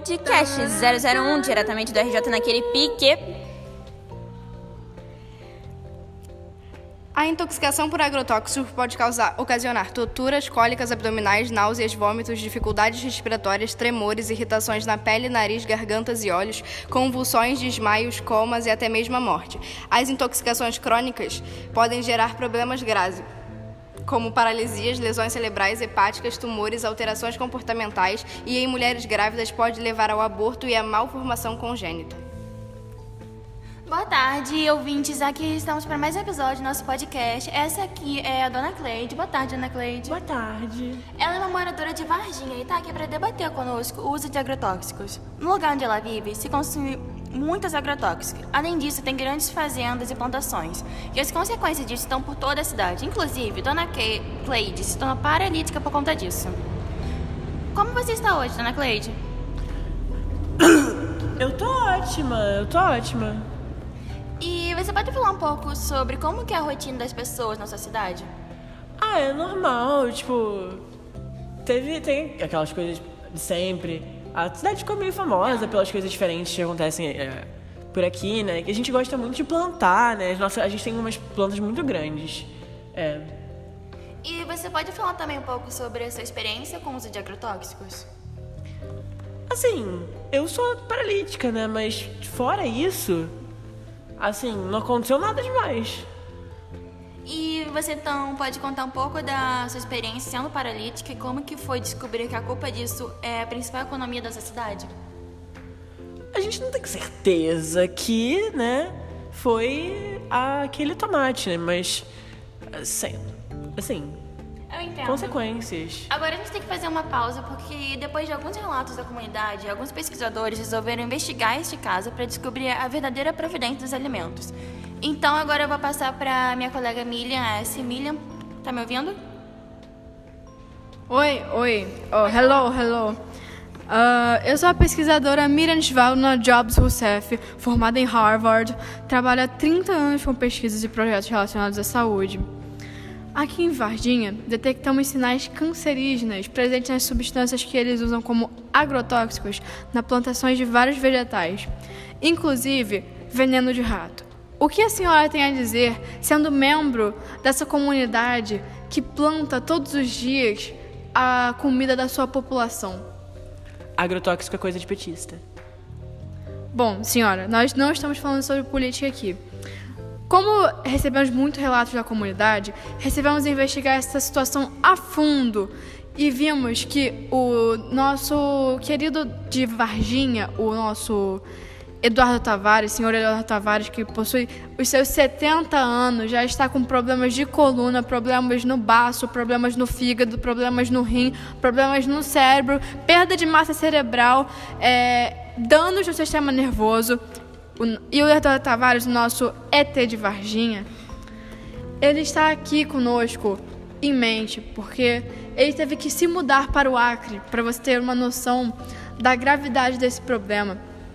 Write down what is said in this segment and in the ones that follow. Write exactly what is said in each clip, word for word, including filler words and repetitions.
podcast zero zero um, diretamente do R J naquele pique. A intoxicação por agrotóxicos pode causar, ocasionar torturas, cólicas abdominais, náuseas, vômitos, dificuldades respiratórias, tremores, irritações na pele, nariz, gargantas e olhos, convulsões, desmaios, comas e até mesmo a morte. As intoxicações crônicas podem gerar problemas graves, como paralisias, lesões cerebrais, hepáticas, tumores, alterações comportamentais e em mulheres grávidas pode levar ao aborto e à malformação congênita. Boa tarde, ouvintes. Aqui estamos para mais um episódio do nosso podcast. Essa aqui é a Dona Cleide. Boa tarde, Dona Cleide. Boa tarde. Ela é uma moradora de Varginha e está aqui para debater conosco o uso de agrotóxicos. No lugar onde ela vive, se consome muitos agrotóxicos. Além disso, tem grandes fazendas e plantações. E as consequências disso estão por toda a cidade. Inclusive, Dona Cleide se tornou paralítica por conta disso. Como você está hoje, Dona Cleide? Eu tô ótima, eu tô ótima. E você pode falar um pouco sobre como que é a rotina das pessoas na sua cidade? Ah, é normal, tipo... Teve, tem aquelas coisas de sempre. A cidade ficou meio famosa pelas coisas diferentes que acontecem é, por aqui, né? Que a gente gosta muito de plantar, né? Nossa, a gente tem umas plantas muito grandes. É. E você pode falar também um pouco sobre a sua experiência com o uso de agrotóxicos? Assim, eu sou paralítica, né? Mas fora isso... Assim, não aconteceu nada demais. E você então pode contar um pouco da sua experiência sendo paralítica e como que foi descobrir que a culpa disso é a principal economia dessa cidade? A gente não tem certeza que, né, foi aquele tomate, né? Mas, assim, assim, eu entendo. Consequências. Agora a gente tem que fazer uma pausa porque depois de alguns relatos da comunidade, alguns pesquisadores resolveram investigar este caso para descobrir a verdadeira providência dos alimentos. Então agora eu vou passar para minha colega Milian S. Milian, tá me ouvindo? Oi, oi. Oh, hello, hello. Uh, eu sou a pesquisadora Miriam Svalna Jobs Rousseff, formada em Harvard. Trabalho há trinta anos com pesquisas e projetos relacionados à saúde. Aqui em Varginha, detectamos sinais cancerígenos presentes nas substâncias que eles usam como agrotóxicos nas plantações de vários vegetais, inclusive veneno de rato. O que a senhora tem a dizer, sendo membro dessa comunidade que planta todos os dias a comida da sua população? Agrotóxico é coisa de petista. Bom, senhora, nós não estamos falando sobre política aqui. Como recebemos muitos relatos da comunidade, recebemos investigar essa situação a fundo e vimos que o nosso querido de Varginha, o nosso Eduardo Tavares, senhor Eduardo Tavares, que possui os seus setenta anos, já está com problemas de coluna, problemas no baço, problemas no fígado, problemas no rim, problemas no cérebro, perda de massa cerebral, é, danos no sistema nervoso. E o Eduardo Tavares, o nosso E T de Varginha, ele está aqui conosco em mente, porque ele teve que se mudar para o Acre, para você ter uma noção da gravidade desse problema.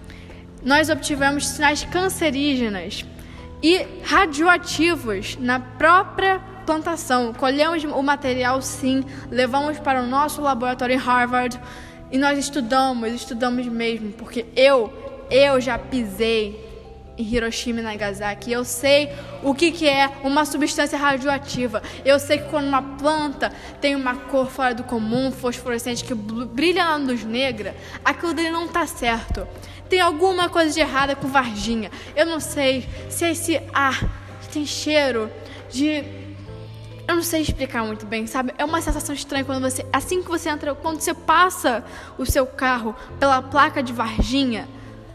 Nós obtivemos sinais cancerígenas e radioativos na própria plantação. Colhemos o material, sim, levamos para o nosso laboratório em Harvard e nós estudamos, estudamos mesmo, porque eu... Eu já pisei em Hiroshima e Nagasaki. Eu sei o que, que é uma substância radioativa. Eu sei que quando uma planta tem uma cor fora do comum, fosforescente, que brilha na luz negra, aquilo dele não está certo. Tem alguma coisa de errada com Varginha. Eu não sei se é esse ar que tem cheiro de... Eu não sei explicar muito bem, sabe? É uma sensação estranha quando você... Assim que você entra, quando você passa o seu carro pela placa de Varginha,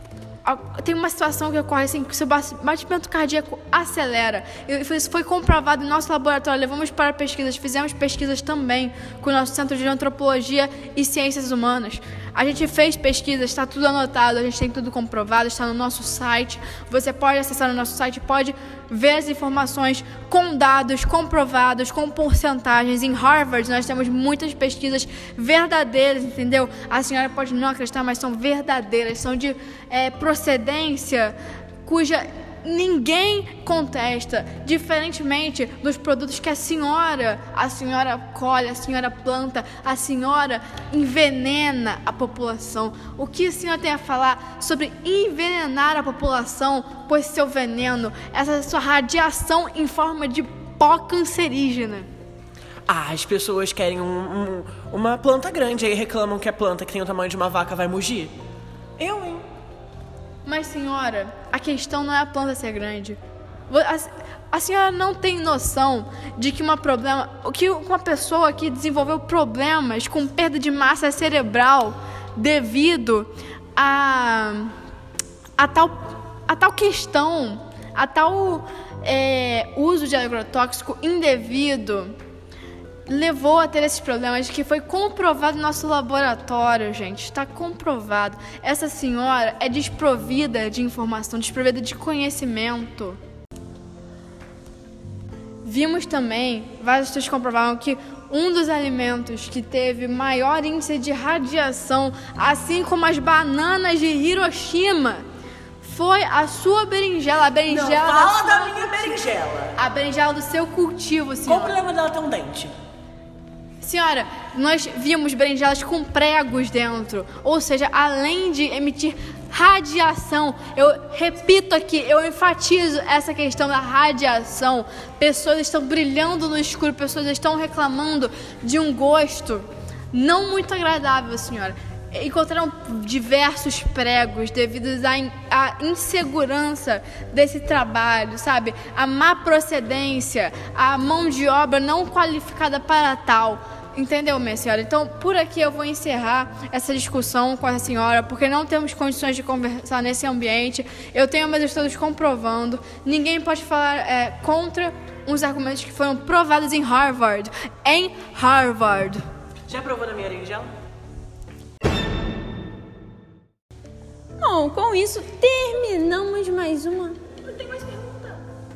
tem uma situação que ocorre assim, que o seu batimento cardíaco acelera. Isso foi comprovado em nosso laboratório. Levamos para pesquisas, fizemos pesquisas também com o nosso Centro de Antropologia e Ciências Humanas. A gente fez pesquisas, está tudo anotado, a gente tem tudo comprovado, está no nosso site. Você pode acessar no nosso site, pode ver as informações com dados comprovados, com porcentagens. Em Harvard, nós temos muitas pesquisas verdadeiras, entendeu? A senhora pode não acreditar, mas são verdadeiras, são de é, procedência cuja ninguém contesta, diferentemente dos produtos que a senhora, a senhora colhe, a senhora planta, a senhora envenena a população. O que a senhora tem a falar sobre envenenar a população, pois seu veneno, essa sua radiação em forma de pó cancerígena? Ah, as pessoas querem um, um, uma planta grande, aí reclamam que a planta que tem o tamanho de uma vaca vai mugir. Eu, hein? Mas, senhora, a questão não é a planta ser grande. A, a senhora não tem noção de que uma problema, que uma pessoa que desenvolveu problemas com perda de massa cerebral devido a, a, tal, a tal questão, a tal é, uso de agrotóxico indevido, levou a ter esses problemas, que foi comprovado no nosso laboratório, gente. Está comprovado. Essa senhora é desprovida de informação, desprovida de conhecimento. Vimos também, vários estudos comprovaram que um dos alimentos que teve maior índice de radiação, assim como as bananas de Hiroshima, foi a sua berinjela, a berinjela Não, fala da, da minha berinjela. A berinjela do seu cultivo, senhora. Qual o problema dela ter um dente? Senhora, nós vimos berinjelas com pregos dentro, ou seja, além de emitir radiação, eu repito aqui, eu enfatizo essa questão da radiação. Pessoas estão brilhando no escuro, pessoas estão reclamando de um gosto não muito agradável, senhora. Encontraram diversos pregos devido à insegurança desse trabalho, sabe? A má procedência, a mão de obra não qualificada para tal. Entendeu, minha senhora? Então, por aqui eu vou encerrar essa discussão com a senhora, porque não temos condições de conversar nesse ambiente. Eu tenho meus estudos comprovando. Ninguém pode falar é, contra uns argumentos que foram provados em Harvard. Em Harvard. Já provou na minha berinjela? Bom, com isso terminamos mais uma. Não tem mais pergunta.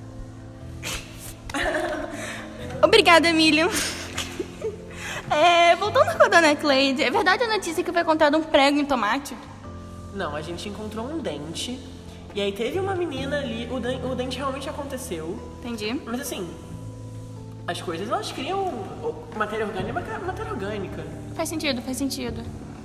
Obrigada, Emílio. É, voltando com a dona Cleide, é verdade a notícia que foi encontrado um prego em tomate? Não, a gente encontrou um dente. E aí teve uma menina ali, o dente, o dente realmente aconteceu. Entendi. Mas assim, as coisas elas criam matéria orgânica, matéria orgânica. Faz sentido, faz sentido.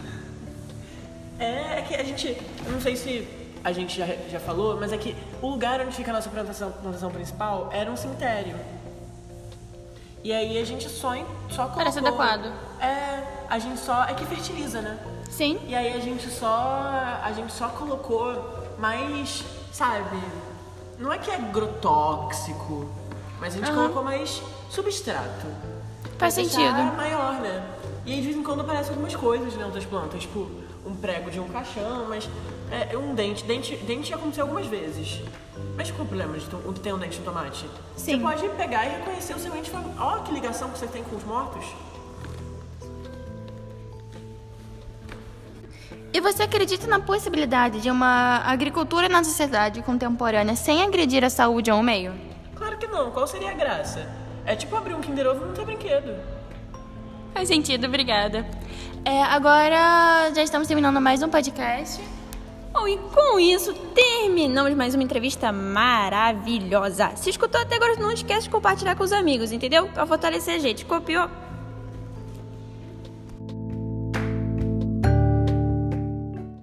É, é que a gente, eu não sei se a gente já, já falou, mas é que o lugar onde fica a nossa plantação, plantação principal era um cemitério. E aí a gente só, só colocou... Parece adequado. É, a gente só... É que fertiliza, né? Sim. E aí a gente só... A gente só colocou mais, sabe... Não é que é agrotóxico, mas a gente uhum. colocou mais substrato. Faz sentido. Maior, né? E aí de vez em quando aparecem algumas coisas dentro das plantas, tipo um prego de um caixão, mas é um dente. Dente, dente já aconteceu algumas vezes. Mas qual é o problema de ter um dente no tomate? Sim. Você pode pegar e reconhecer o seu ente e falar, ó, que ligação que você tem com os mortos. E você acredita na possibilidade de uma agricultura na sociedade contemporânea sem agredir a saúde ao meio? Claro que não. Qual seria a graça? É tipo abrir um Kinder Ovo e não ter brinquedo. Faz sentido, obrigada. É, agora já estamos terminando mais um podcast. Bom, e com isso terminamos mais uma entrevista maravilhosa. Se escutou até agora, não esquece de compartilhar com os amigos, entendeu? Pra fortalecer a gente. Copiou?